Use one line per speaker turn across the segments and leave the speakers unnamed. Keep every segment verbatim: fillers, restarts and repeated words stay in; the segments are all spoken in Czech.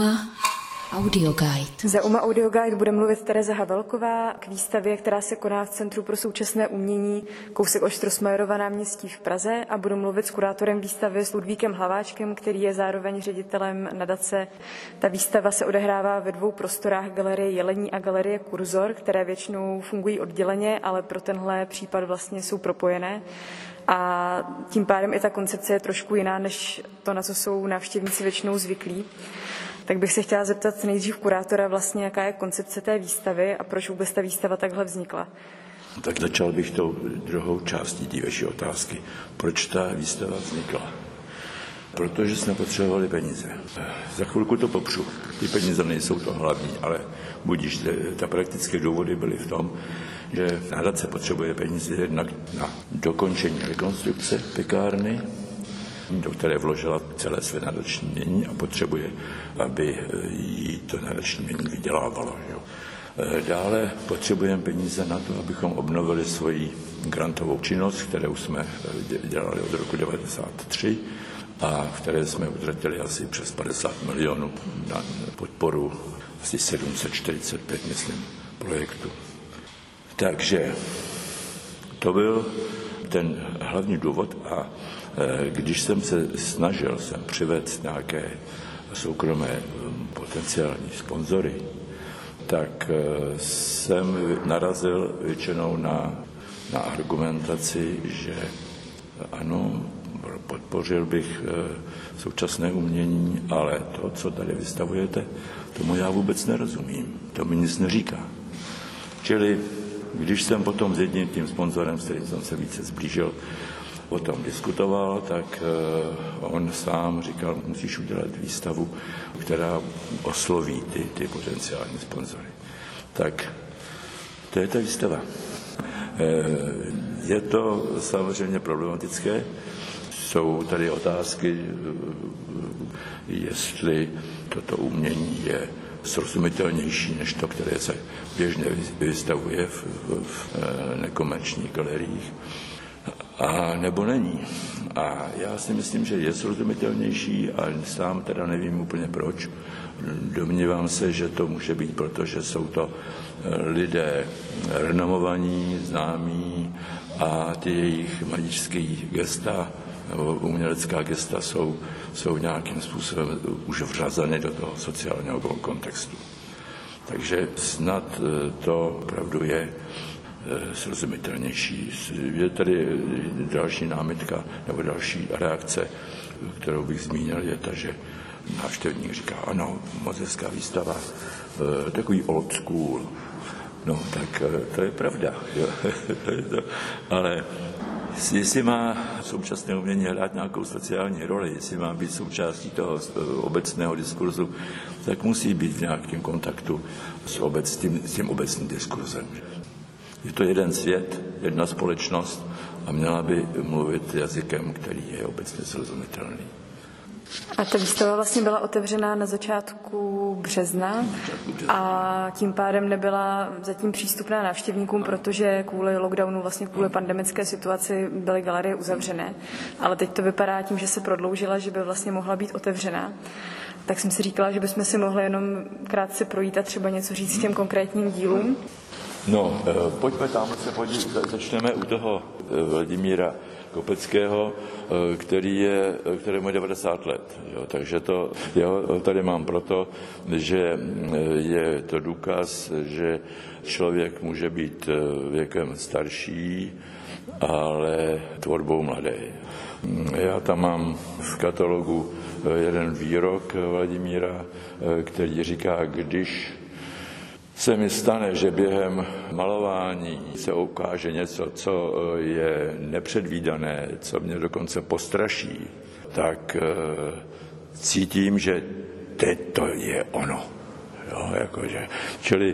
Zauma Audioguide.
Zauma Audioguide bude mluvit Tereza Havelková k výstavě, která se koná v Centru pro současné umění kousek od Strossmayerova náměstí v Praze, a budu mluvit s kurátorem výstavy s Ludvíkem Hlaváčkem, který je zároveň ředitelem nadace. Ta výstava se odehrává ve dvou prostorách, galerie Jelení a galerie Kurzor, které většinou fungují odděleně, ale pro tenhle případ vlastně jsou propojené. A tím pádem i ta koncepce je trošku jiná, než to, na co jsou návštěvníci většinou zvyklí. Tak bych se chtěla zeptat nejdřív kurátora vlastně, jaká je koncepce té výstavy a proč vůbec ta výstava takhle vznikla.
Tak začal bych tou druhou částí té vaší otázky. Proč ta výstava vznikla? Protože jsme potřebovali peníze. Za chvilku to popřu. Ty peníze nejsou to hlavní, ale budíš, ta praktické důvody byly v tom, že nadace potřebuje peníze jednak na dokončení rekonstrukce pekárny, do které vložila celé své nadační mění a potřebuje, aby jí to nadační mění vydělávalo. Jo. Dále potřebujeme peníze na to, abychom obnovili svoji grantovou činnost, kterou jsme dělali od roku devadesát tři a v které jsme utratili asi přes padesát milionů na podporu asi sedm set čtyřicet pět, myslím, projektů. Takže to byl ten hlavní důvod, a když jsem se snažil jsem přivést nějaké soukromé potenciální sponzory, tak jsem narazil většinou na, na argumentaci, že ano, podpořil bych současné umění, ale to, co tady vystavujete, tomu já vůbec nerozumím. To mi nic neříká. Čili když jsem potom s jedním tím sponzorem, s kterým jsem se více zblížil, o tom diskutoval, tak on sám říkal, musíš udělat výstavu, která osloví ty, ty potenciální sponzory. Tak to je ta výstava. Je to samozřejmě problematické. Jsou tady otázky, jestli toto umění je srozumitelnější než to, které se běžně vystavuje v, v, v nekomerčních galeriích. A nebo není. A já si myslím, že je srozumitelnější a sám teda nevím úplně proč. Domnívám se, že to může být, protože jsou to lidé renomovaní, známí a ty jejich malířské gesta nebo umělecká gesta jsou, jsou nějakým způsobem už vřazeny do toho sociálního kontextu. Takže snad to opravdu je srozumitelnější. Je tady další námitka nebo další reakce, kterou bych zmínil, je ta, že návštěvník říká, ano, moc hezká výstava, takový old school. No, tak to je pravda. Ale jestli má současné umění hrát nějakou sociální roli, jestli má být součástí toho obecného diskurzu, tak musí být v nějakém kontaktu s, obec, s, tím, s tím obecným diskurzem. Je to jeden svět, jedna společnost a měla by mluvit jazykem, který je obecně srozumitelný.
A ta výstava vlastně byla otevřená na začátku března a tím pádem nebyla zatím přístupná návštěvníkům, protože kvůli lockdownu, vlastně kvůli pandemické situaci byly galerie uzavřené. Ale teď to vypadá tím, že se prodloužila, že by vlastně mohla být otevřená. Tak jsem si říkala, že bychom si mohli jenom krátce projít a třeba něco říct těm konkrétním dílům.
No, pojďme tam se podívat, začneme u toho Vladimíra Kopeckého, který je, kterému je devadesát let. Jo, takže to jo, tady mám proto, že je to důkaz, že člověk může být věkem starší, ale tvorbou mladý. Já tam mám v katalogu jeden výrok Vladimíra, který říká, když se mi stane, že během malování se ukáže něco, co je nepředvídané, co mě dokonce postraší, tak e, cítím, že teď to je ono. Jo, jakože. Čili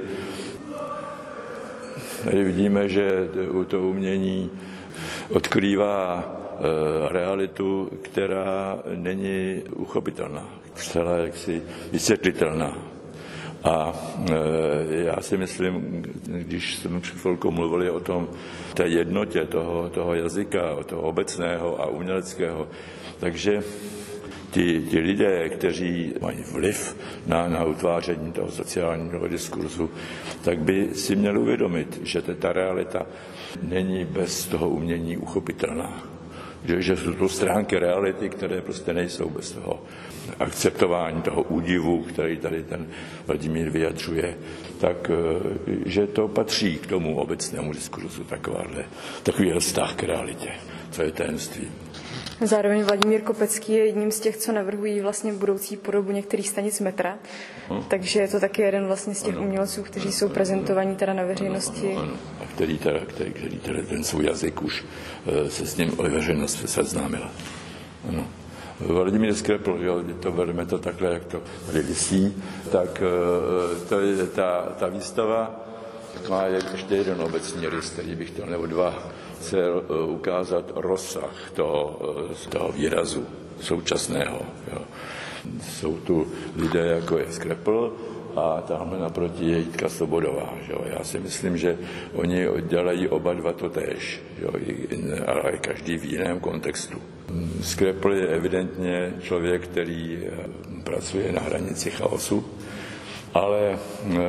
tady vidíme, že to umění odkrývá e, realitu, která není uchopitelná, celá jaksi vysvětlitelná. A e, já si myslím, když jsme před chvilkou mluvili o tom, té jednotě toho, toho jazyka, toho obecného a uměleckého, takže ti, ti lidé, kteří mají vliv na, na utváření toho sociálního diskurzu, tak by si měli uvědomit, že ta realita není bez toho umění uchopitelná. Že, že jsou to stránky reality, které prostě nejsou bez toho akceptování, toho údivu, který tady ten Vladimír vyjadřuje, tak že to patří k tomu obecnému diskurzu, takováhle, takový vztah k realitě, co je tajemství.
Zároveň Vladimír Kopecký je jedním z těch, co navrhují vlastně budoucí podobu některých stanic metra, hmm. takže je to taky jeden vlastně z těch ano. umělců, kteří jsou prezentovaní teda na veřejnosti.
Ano, ano. A který teda, který, který teda ten svůj jazyk už se s ním veřejnost seznámila. Ano. Vladimír Skrepl, jo, to bereme to takhle, jak to tady visí, tak to je ta, ta výstava má ještě jeden obecný rys, který bych chtěl, nebo dva, chce ukázat rozsah toho, toho výrazu současného. Jo. Jsou tu lidé, jako je Skrepl, a tamhle naproti je Jitka Svobodová. Jo. Já si myslím, že oni dělají oba dva to též, jo, ale každý v jiném kontextu. Skrepl je evidentně člověk, který pracuje na hranici chaosu, ale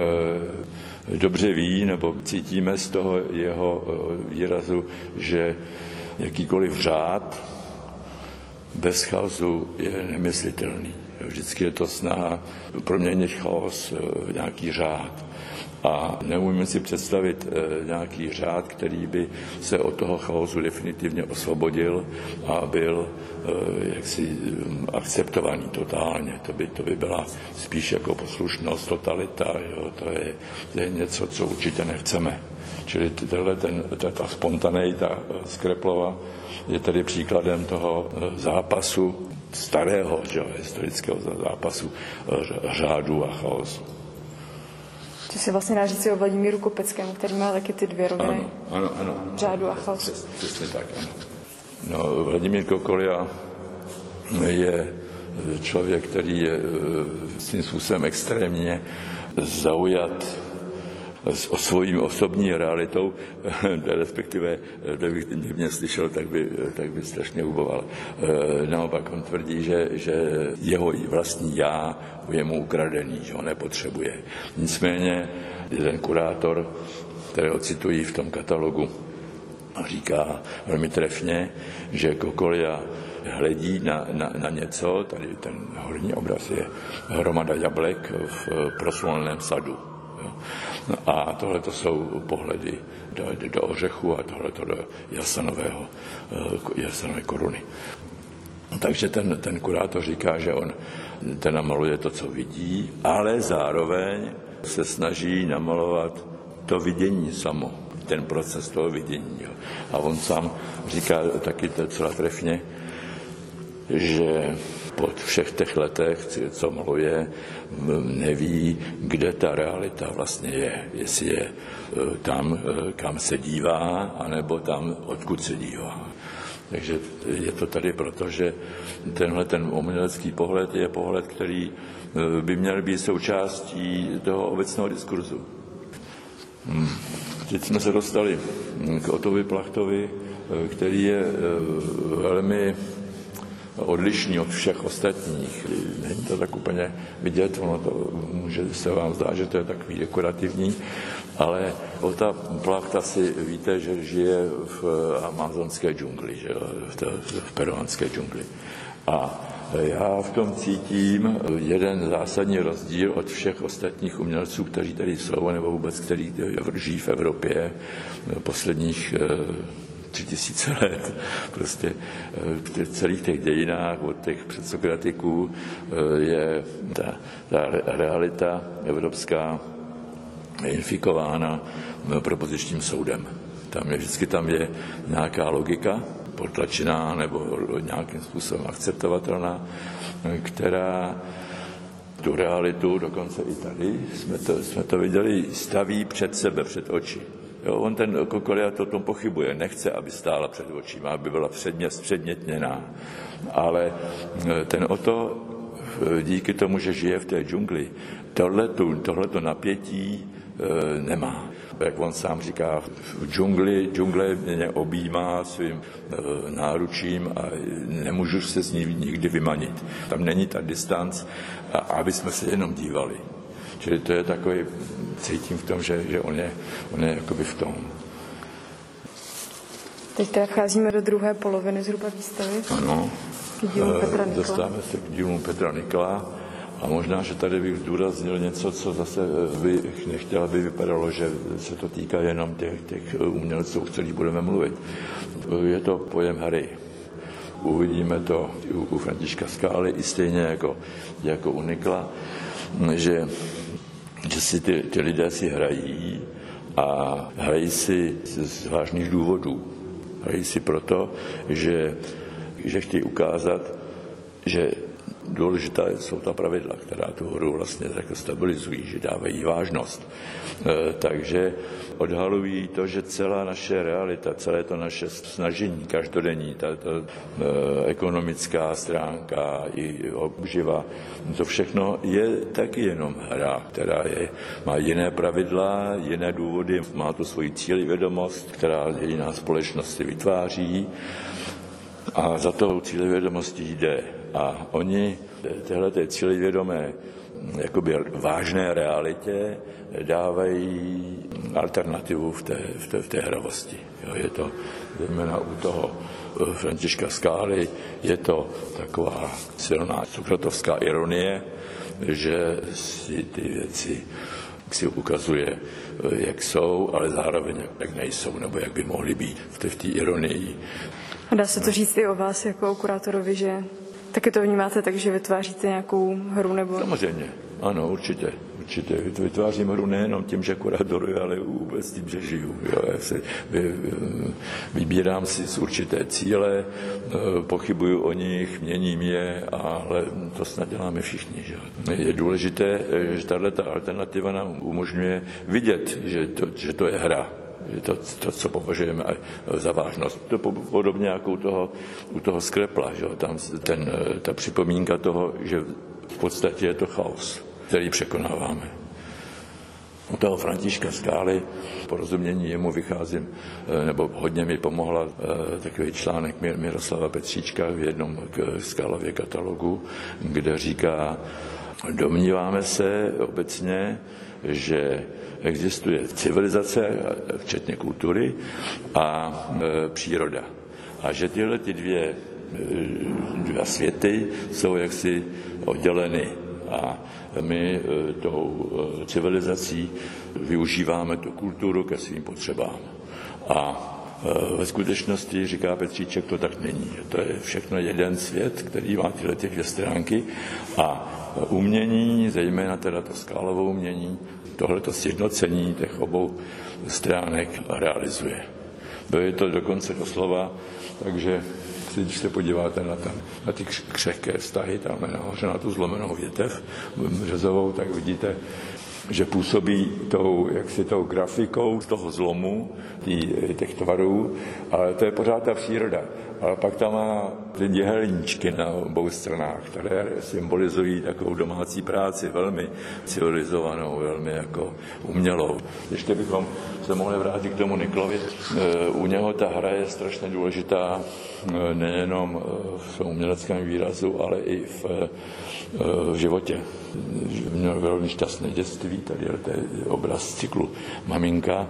e, dobře ví, nebo cítíme z toho jeho výrazu, že jakýkoliv řád bez chaosu je nemyslitelný. Vždycky je to snaha proměnit chaos v nějaký řád. A neumíme si představit nějaký řád, který by se od toho chaosu definitivně osvobodil a byl jaksi akceptovaný totálně. To by, to by byla spíš jako poslušnost, totalita. Jo? To, je, to je něco, co určitě nechceme. Čili tenhle, ten, ta spontaneita Skreplova je tedy příkladem toho zápasu starého, že, historického zápasu řádu a chaosu.
To se vlastně dá říct o Vladimíru Kopeckém, který má taky ty dvě roviny.
Ano, ano, ano.
Řádu a chaosu.
Přesně tak, ano. No, Vladimír Kokolia je člověk, který je svým způsobem extrémně zaujat o svou osobní realitou, respektive, kdyby mě slyšel, tak by, tak by strašně uboval. Naopak on tvrdí, že, že jeho vlastní já je mu ukradený, že ho nepotřebuje. Nicméně jeden kurátor, kterého citují v tom katalogu, říká velmi trefně, že Kokolia hledí na, na, na něco, tady ten horní obraz je hromada jablek v prosloleném sadu. A tohle to jsou pohledy do, do ořechu a tohle to do jasanového, jasanové koruny. Takže ten, ten kurátor říká, že on ten namaluje to, co vidí, ale zároveň se snaží namalovat to vidění samo, ten proces toho vidění. Jo. A on sám říká taky docela trefně, že po všech těch letech, co maluje, neví, kde ta realita vlastně je. Jestli je tam, kam se dívá, anebo tam, odkud se dívá. Takže je to tady proto, že tenhle ten umělecký pohled je pohled, který by měl být součástí toho obecného diskurzu. Hmm. Teď jsme se dostali k Ottovi Plachtovi, který je velmi odlišný od všech ostatních. Není to tak úplně vidět, ono to může se vám zdát, že to je takový dekorativní, ale Otta Plachta si víte, že žije v amazonské džungli, že v, to, v peruánské džungli. A já v tom cítím jeden zásadní rozdíl od všech ostatních umělců, kteří tady jsou, nebo vůbec, kteří žijí v Evropě posledních tři tisíce let. Prostě v celých těch dějinách od těch předsokratiků je ta, ta realita evropská infikována propozičním soudem. Tam je, vždycky tam je nějaká logika, potlačená nebo nějakým způsobem akceptovatelná, která tu realitu, dokonce i tady, jsme to, jsme to viděli, staví před sebe, před oči. Jo, on ten Kokolia to o tom pochybuje, nechce, aby stála před očima, aby byla předmět, předmětněná. Ale ten Otto, díky tomu, že žije v té džungli, tohleto, tohleto napětí e, nemá. Jak on sám říká, v džungli, džungle mě objímá svým e, náručím a nemůžu se z ní nikdy vymanit. Tam není ta distanc, a, aby jsme se jenom dívali. Čili to je takový, cítím v tom, že, že on je, on je jakoby v tom.
Teď teda vcházíme do druhé poloviny zhruba výstavy.
Ano,
k dílu Petra Nykla.
Dostáváme se k dílu Petra Nykla a možná, že tady bych zdůraznil něco, co zase bych nechtěl, aby vypadalo, že se to týká jenom těch, těch umělců, o kterých budeme mluvit. Je to pojem hry. Uvidíme to u, u Františka Skály i stejně jako, jako u Nykla, že, že si ty, ty lidé si hrají a hrají si z vážných důvodů. Hrají si proto, že, že chtějí ukázat, že důležitá jsou ta pravidla, která tu hru vlastně jako stabilizují, že dávají vážnost. E, takže odhalují to, že celá naše realita, celé to naše snažení každodenní, tato e, ekonomická stránka i obživa, to všechno je taky jenom hra, která je, má jiné pravidla, jiné důvody, má tu svoji cílevědomost, která jiná společnost si vytváří a za tou cílevědomostí jde. A oni téhleté cílevědomé jakoby vážné realitě dávají alternativu v té, v té, v té hravosti. Jo, je to zejména u toho Františka Skály, je to taková silná sokratovská ironie, že si ty věci si ukazuje, jak jsou, ale zároveň jak nejsou, nebo jak by mohly být v té, v té ironii.
A dá se to říct i o vás jako o kurátorovi, že taky to vnímáte tak, že vytváříte nějakou hru nebo...
Samozřejmě, ano, určitě. Určitě vytvářím hru nejenom tím, že kurátoruji, ale vůbec tím, že žiju. Jo. Já si vy, vybírám si z určité cíle, pochybuju o nich, měním je, ale to snad děláme všichni. Že? Je důležité, že tato alternativa nám umožňuje vidět, že to, že to je hra. Je to, to, co považujeme za vážnost. To podobně jako u toho, u toho Skrepla, že? Tam ten, ta připomínka toho, že v podstatě je to chaos, který překonáváme. U toho Františka Skály, porozumění jemu vycházím, nebo hodně mi pomohla takový článek Miroslava Petříčka v jednom Skálově katalogu, kde říká, domníváme se obecně, že existuje civilizace, včetně kultury, a e, příroda. A že tyhle ty dvě, e, dva světy jsou jaksi odděleny. A my e, tou e, civilizací využíváme tu kulturu ke svým potřebám. A ve skutečnosti, říká Petříček, to tak není. To je všechno jeden svět, který má tyhle ty dvě stránky a umění, zejména teda to skálové umění, tohleto sjednocení těch obou stránek realizuje. Bylo to dokonce doslova, takže když se podíváte na, ten, na ty křehké vztahy, tam nahoře na tu zlomenou větev řezovou, tak vidíte, že působí tou, jaksi tou grafikou z toho zlomu, tý, těch tvarů, ale to je pořád ta příroda. Ale pak tam má ty děhelníčky na obou stranách, které symbolizují takovou domácí práci, velmi civilizovanou, velmi jako umělou. Ještě bychom se mohli vrátit k tomu Nyklovi. U něho ta hra je strašně důležitá nejenom v svém uměleckém výrazu, ale i v, v životě. Měl velmi šťastné dětství, tady je to obraz cyklu Maminka.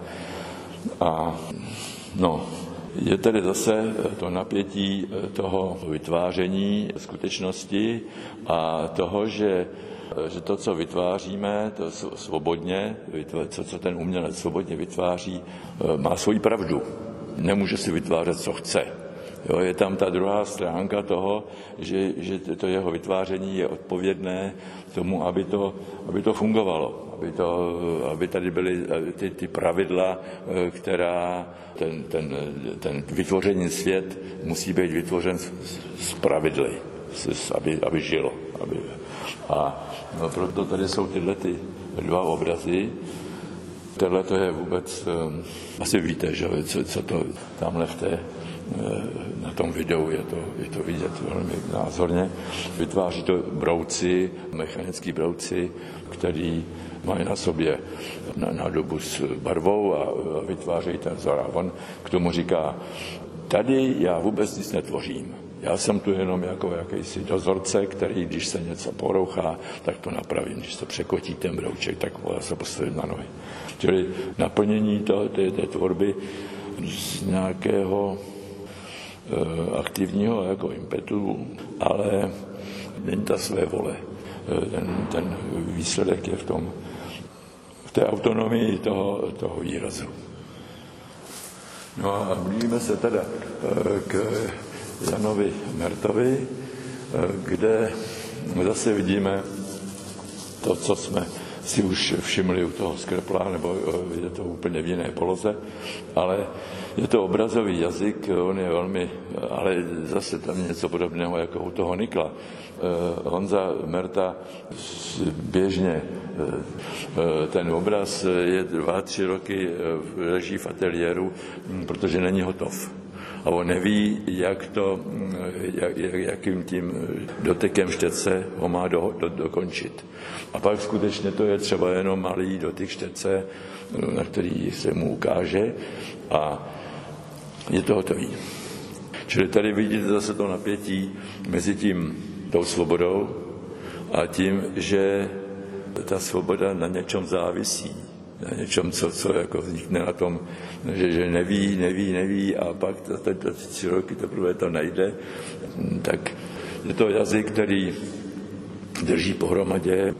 A no, je tady zase to napětí toho vytváření skutečnosti a toho, že, že to, co vytváříme, to svobodně, co, co ten umělec svobodně vytváří, má svoji pravdu. Nemůže si vytvářet, co chce. Jo, je tam ta druhá stránka toho, že, že to jeho vytváření je odpovědné tomu, aby to, aby to fungovalo, aby, to, aby tady byly ty, ty pravidla, která ten, ten, ten vytvořený svět musí být vytvořen s pravidly, aby, aby žilo. Aby, a no, proto tady jsou tyhle ty dva obrazy. Tohle to je vůbec, asi víte, že, co, co to tamhle v té na tom videu je to, je to vidět velmi názorně. Vytváří to brouci, mechanický brouci, který mají na sobě nádobu s barvou a vytvářejí ten vzor. A on k tomu říká, tady já vůbec nic netvořím. Já jsem tu jenom jako jakýsi dozorce, který, když se něco porouchá, tak to napravím. Když se překotí ten brouček, tak se postavím na nohy. Čili naplnění toho, té, té tvorby z nějakého e, aktivního jako impetu, ale není ta své vole. E, ten, ten výsledek je v tom, v té autonomii toho, toho výrazu. No a blížíme se teda e, k Janovi Mertovi, e, kde zase vidíme to, co jsme si už všimli u toho Skrepla, nebo je to úplně v jiné poloze, ale je to obrazový jazyk, on je velmi, ale zase tam něco podobného jako u toho Nikla. Honza Merta běžně ten obraz je dva, tři roky leží v ateliéru, protože není hotov. A on neví, jak to, jak, jakým tím dotekem štětce ho má do, do, dokončit. A pak skutečně to je třeba jenom malý dotyk štětce, na který se mu ukáže a je to hotový. Čili tady vidíte zase to napětí mezi tím, tou svobodou a tím, že ta svoboda na něčem závisí. Na něčem, co, co jako vznikne na tom, že, že neví, neví, neví a pak za tři roky teprve to najde, tak je to jazyk, který drží pohromadě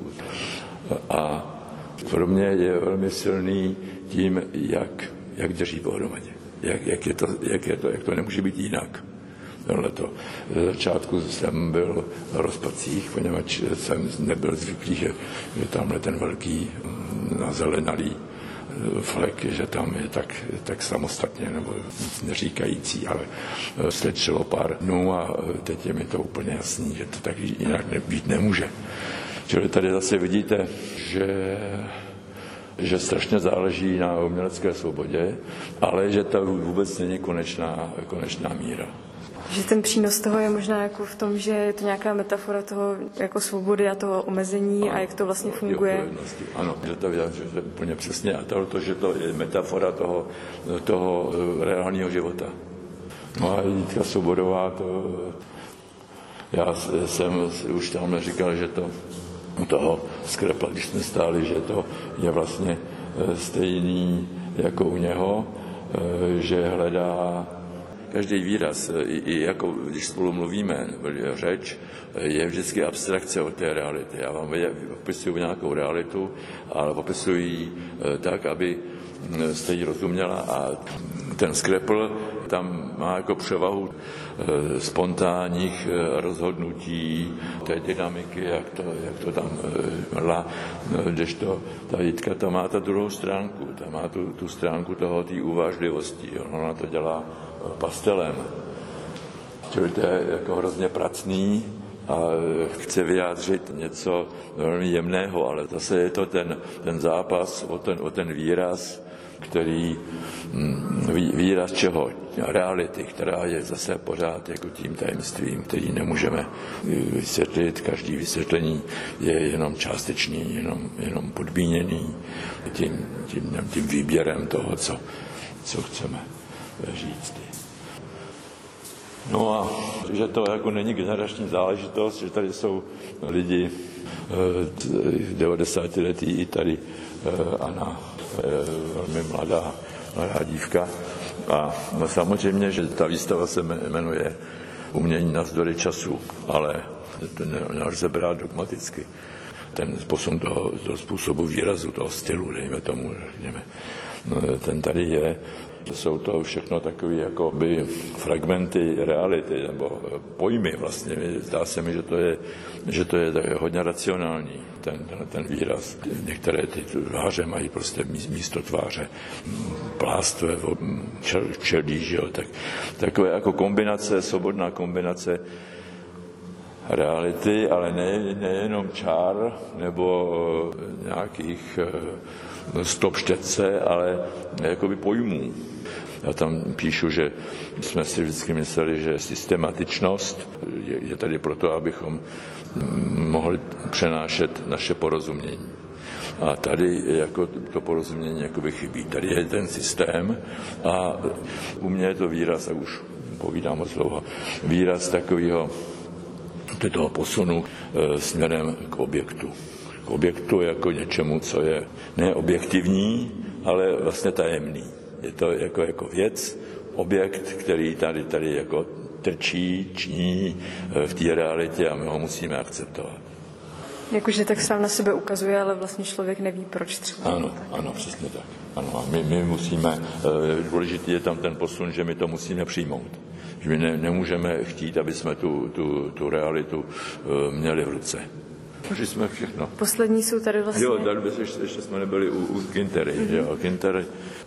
a pro mě je velmi silný tím, jak, jak drží pohromadě. Jak, jak, je to, jak, je to, jak to nemůže být jinak. To. Z začátku jsem byl v rozpacích, poněvadž jsem nebyl zvyklý, že, že tamhle ten velký nazelenalý flek, že tam je tak, tak samostatně nebo nic neříkající, ale slečilo pár dnů a teď je mi to úplně jasný, že to tak jinak být nemůže. Čili tady zase vidíte, že že strašně záleží na umělecké svobodě, ale že to vůbec není konečná, konečná míra.
Že ten přínos toho je možná jako v tom, že je to nějaká metafora toho jako svobody a toho omezení ano, a jak to vlastně funguje.
Ano, že to je úplně přesně a to, že to je metafora toho, toho reálního života. No a Jitka Svobodová, to, já jsem už tam říkal, že to u toho Skrepla, když jsme stáli, že to je vlastně stejný jako u něho, že hledá každý výraz, i jako když spolu mluvíme, řeč, je vždycky abstrakce od té reality. Já vám popisuju nějakou realitu, ale popisuju ji tak, aby jste ji rozuměla a ten Skrepl tam má jako převahu spontánních rozhodnutí, té dynamiky, jak to, jak to tam mrla, kdežto ta Jitka to má ta druhou stránku, ta má tu, tu stránku toho, té uvážlivosti, ona to dělá pastelem. Čili to je jako hrozně pracný a chce vyjádřit něco velmi jemného, ale zase je to ten, ten zápas o ten, o ten výraz, který výraz čeho? Reality, která je zase pořád jako tím tajemstvím, který nemůžeme vysvětlit. Každý vysvětlení je jenom částečný, jenom, jenom podmíněný tím, tím, tím výběrem toho, co, co chceme říct. No a že to jako není generační záležitost, že tady jsou lidi devadesátiletí i tady Anna, velmi mladá, mladá dívka. A no samozřejmě, že ta výstava se jmenuje Umění navzdory času, ale to nelze brát dogmaticky. Ten posun toho, toho způsobu výrazu, toho stylu, dejme tomu, řekněme, no, ten tady je. Jsou to všechno takové jakoby fragmenty reality, nebo pojmy vlastně. Zdá se mi, že to je, že to je hodně racionální, ten, ten, ten výraz. Některé ty tváře mají prostě místo tváře plástve, čel, čelí, že jo. Tak, takové jako kombinace, svobodná kombinace reality, ale ne, nejenom čár nebo nějakých stop štětce, ale jakoby pojmů. Já tam píšu, že jsme si vždycky mysleli, že systematičnost je, je tady proto, abychom mohli přenášet naše porozumění. A tady jako to porozumění jakoby chybí. Tady je ten systém a u mě je to výraz, a už povídám moc dlouho, výraz takového toho posunu e, směrem k objektu. K objektu jako něčemu, co je ne objektivní, ale vlastně tajemný. Je to jako, jako věc, objekt, který tady, tady jako trčí, ční v té realitě a my ho musíme akceptovat.
Jakože tak sám na sebe ukazuje, ale vlastně člověk neví, proč třeba.
Ano, ano, přesně tak. Ano, a my, my musíme, důležitý je tam ten posun, že my to musíme přijmout. Že my ne, nemůžeme chtít, aby jsme tu, tu, tu realitu měli v ruce. Že jsme všechno.
Poslední jsou tady vlastně...
Jo, tady ještě, ještě jsme nebyli u, u Kintery. Mm-hmm. Jo, Kintery,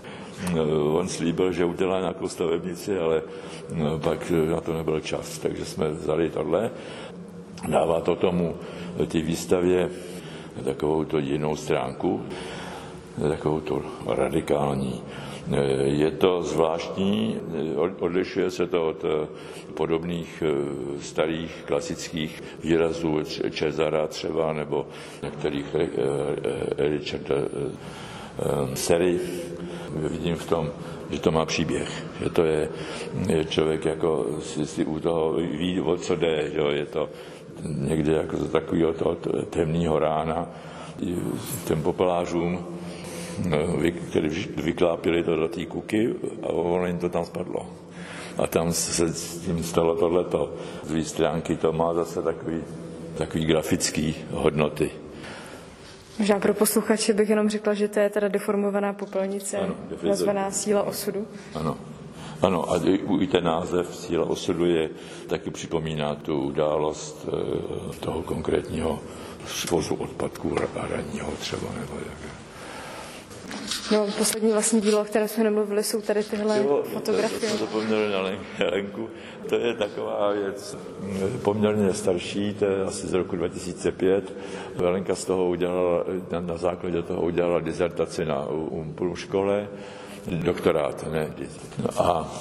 on slíbil, že udělá nějakou stavebnici, ale pak na to nebyl čas, takže jsme vzali tohle. Dává to tomu té výstavě takovou to jinou stránku, takovou to radikální. Je to zvláštní, odlišuje se to od podobných starých klasických výrazů Cezara třeba nebo některých Richarda Serry. Vidím v tom, že to má příběh, že to je, je člověk jako si, si u toho ví, o co jde, jo, je to někde jako z takového toho temného rána těm popelářům, kteří vyklápili to do té kuky a ono jim to tam spadlo. A tam se s tím stalo tohleto. Z druhé stránky to má zase takový, takový grafický hodnoty.
Možná pro posluchače bych jenom řekla, že to je teda deformovaná popelnice, ano, nazvaná Síla osudu.
Ano. Ano, a i ten název Síla osudu je taky připomíná tu událost toho konkrétního svozu odpadků ranního třeba nebo jak.
No, poslední vlastní dílo, o kterém jsme nemluvili, jsou tady tyhle jo, fotografie.
Jo, to zapomněli na Lenku. To je taková věc poměrně starší, to je asi z roku dva tisíce pět. Lenka z toho udělala, na základě toho udělala dizertaci na Umplu škole, doktorát, ne? A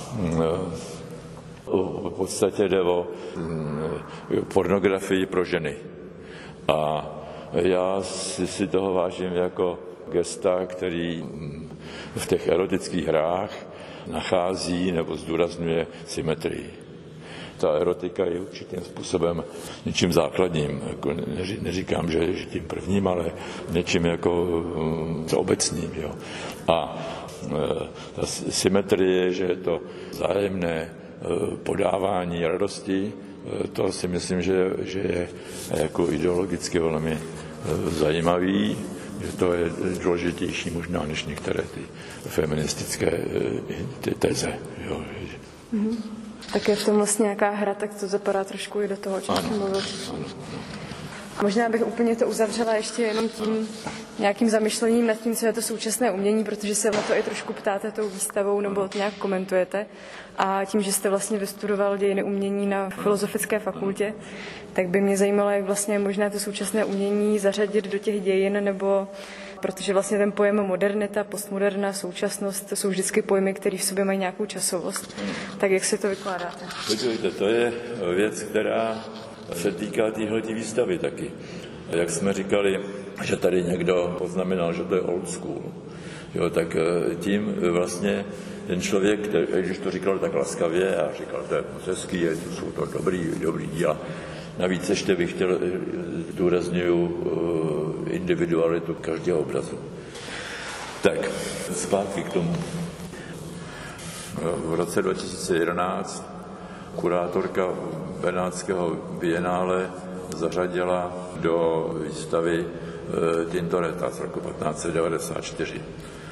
v podstatě jde o pornografii pro ženy. A já si, si toho vážím jako gesta, který v těch erotických hrách nachází nebo zdůrazňuje symetrii. Ta erotika je určitým způsobem něčím základním. Jako neříkám, že je tím prvním, ale něčím jako obecným. Jo. A ta symetrie, že je to vzájemné podávání radosti, to si myslím, že, že je jako ideologicky velmi zajímavý, že to je důležitější možná než některé ty feministické ty teze. Jo.
Mm-hmm. Tak je v tom vlastně nějaká hra, tak to zapadá trošku i do toho, o čem jsem mluvil. Možná bych úplně to uzavřela ještě jenom tím nějakým zamyšlením nad tím, co je to současné umění, protože se na to i trošku ptáte tou výstavou nebo to nějak komentujete. A tím, že jste vlastně vystudoval dějiny umění na Filozofické fakultě, tak by mě zajímalo, jak vlastně je možné to současné umění zařadit do těch dějin, nebo protože vlastně ten pojem modernita, postmoderna, současnost, to jsou vždycky pojmy, které v sobě mají nějakou časovost. Tak jak se to vykládáte?
Podívejte, to je věc, která se týká téhletí výstavy taky. Jak jsme říkali, že tady někdo poznamenal, že to je old school, jo, tak tím vlastně ten člověk, který, když to říkal tak laskavě a říkal, to je moc hezký, jsou to dobrý, dobrý díla. Navíc ještě bych chtěl důrazňuju individualitu každého obrazu. Tak, zpátky k tomu. V roce dva tisíce jedenáct kurátorka Benátského bienále zařadila do výstavy Tintoretta z roku patnáct set devadesát čtyři.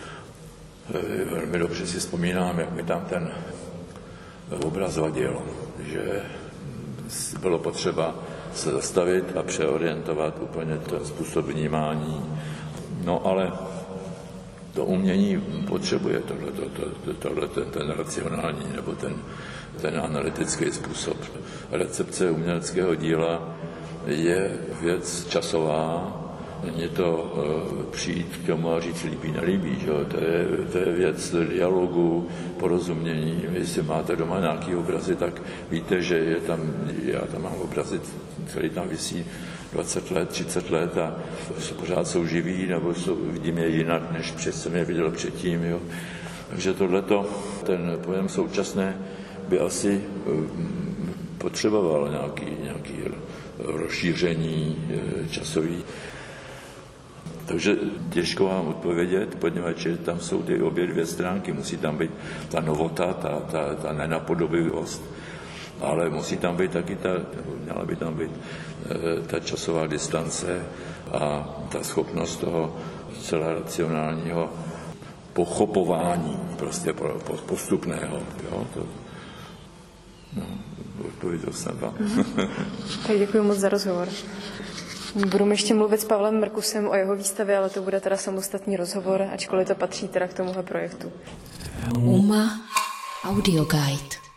Velmi dobře si vzpomínám, jak mi tam ten obraz vadil, že bylo potřeba se zastavit a přeorientovat úplně ten způsob vnímání. No ale to umění potřebuje tohle, tohle, tohle, ten, ten racionální nebo ten, ten analytický způsob. Recepce uměleckého díla je věc časová Není to uh, přijít k tomu a říct líbí, nelíbí. Že? To, je, to je věc dialogu, porozumění. Jestli máte doma nějaký obrazy, tak víte, že je tam, já tam mám obrazy, který tam visí dvacet let, třicet let a pořád jsou živí, nebo jsou, vidím je jinak, než před jsem je viděl předtím. Jo. Takže tohleto, ten pojem současné by asi potřeboval nějaký, nějaký rozšíření časový. Takže těžko vám odpovědět, poněvadž tam jsou ty obě dvě stránky. Musí tam být ta novota, ta, ta, ta nenapodobivost, ale musí tam být taky ta, měla by tam být ta časová distance a ta schopnost toho celé racionálního pochopování, prostě postupného. Jo? To, no, odpověděl jsem vám.
Tak děkuji moc za rozhovor. Budu ještě mluvit s Pavlem Mrkusem o jeho výstavě, ale to bude teda samostatný rozhovor, ačkoliv to patří teda k tomuhle projektu.
UMA Audio Guide.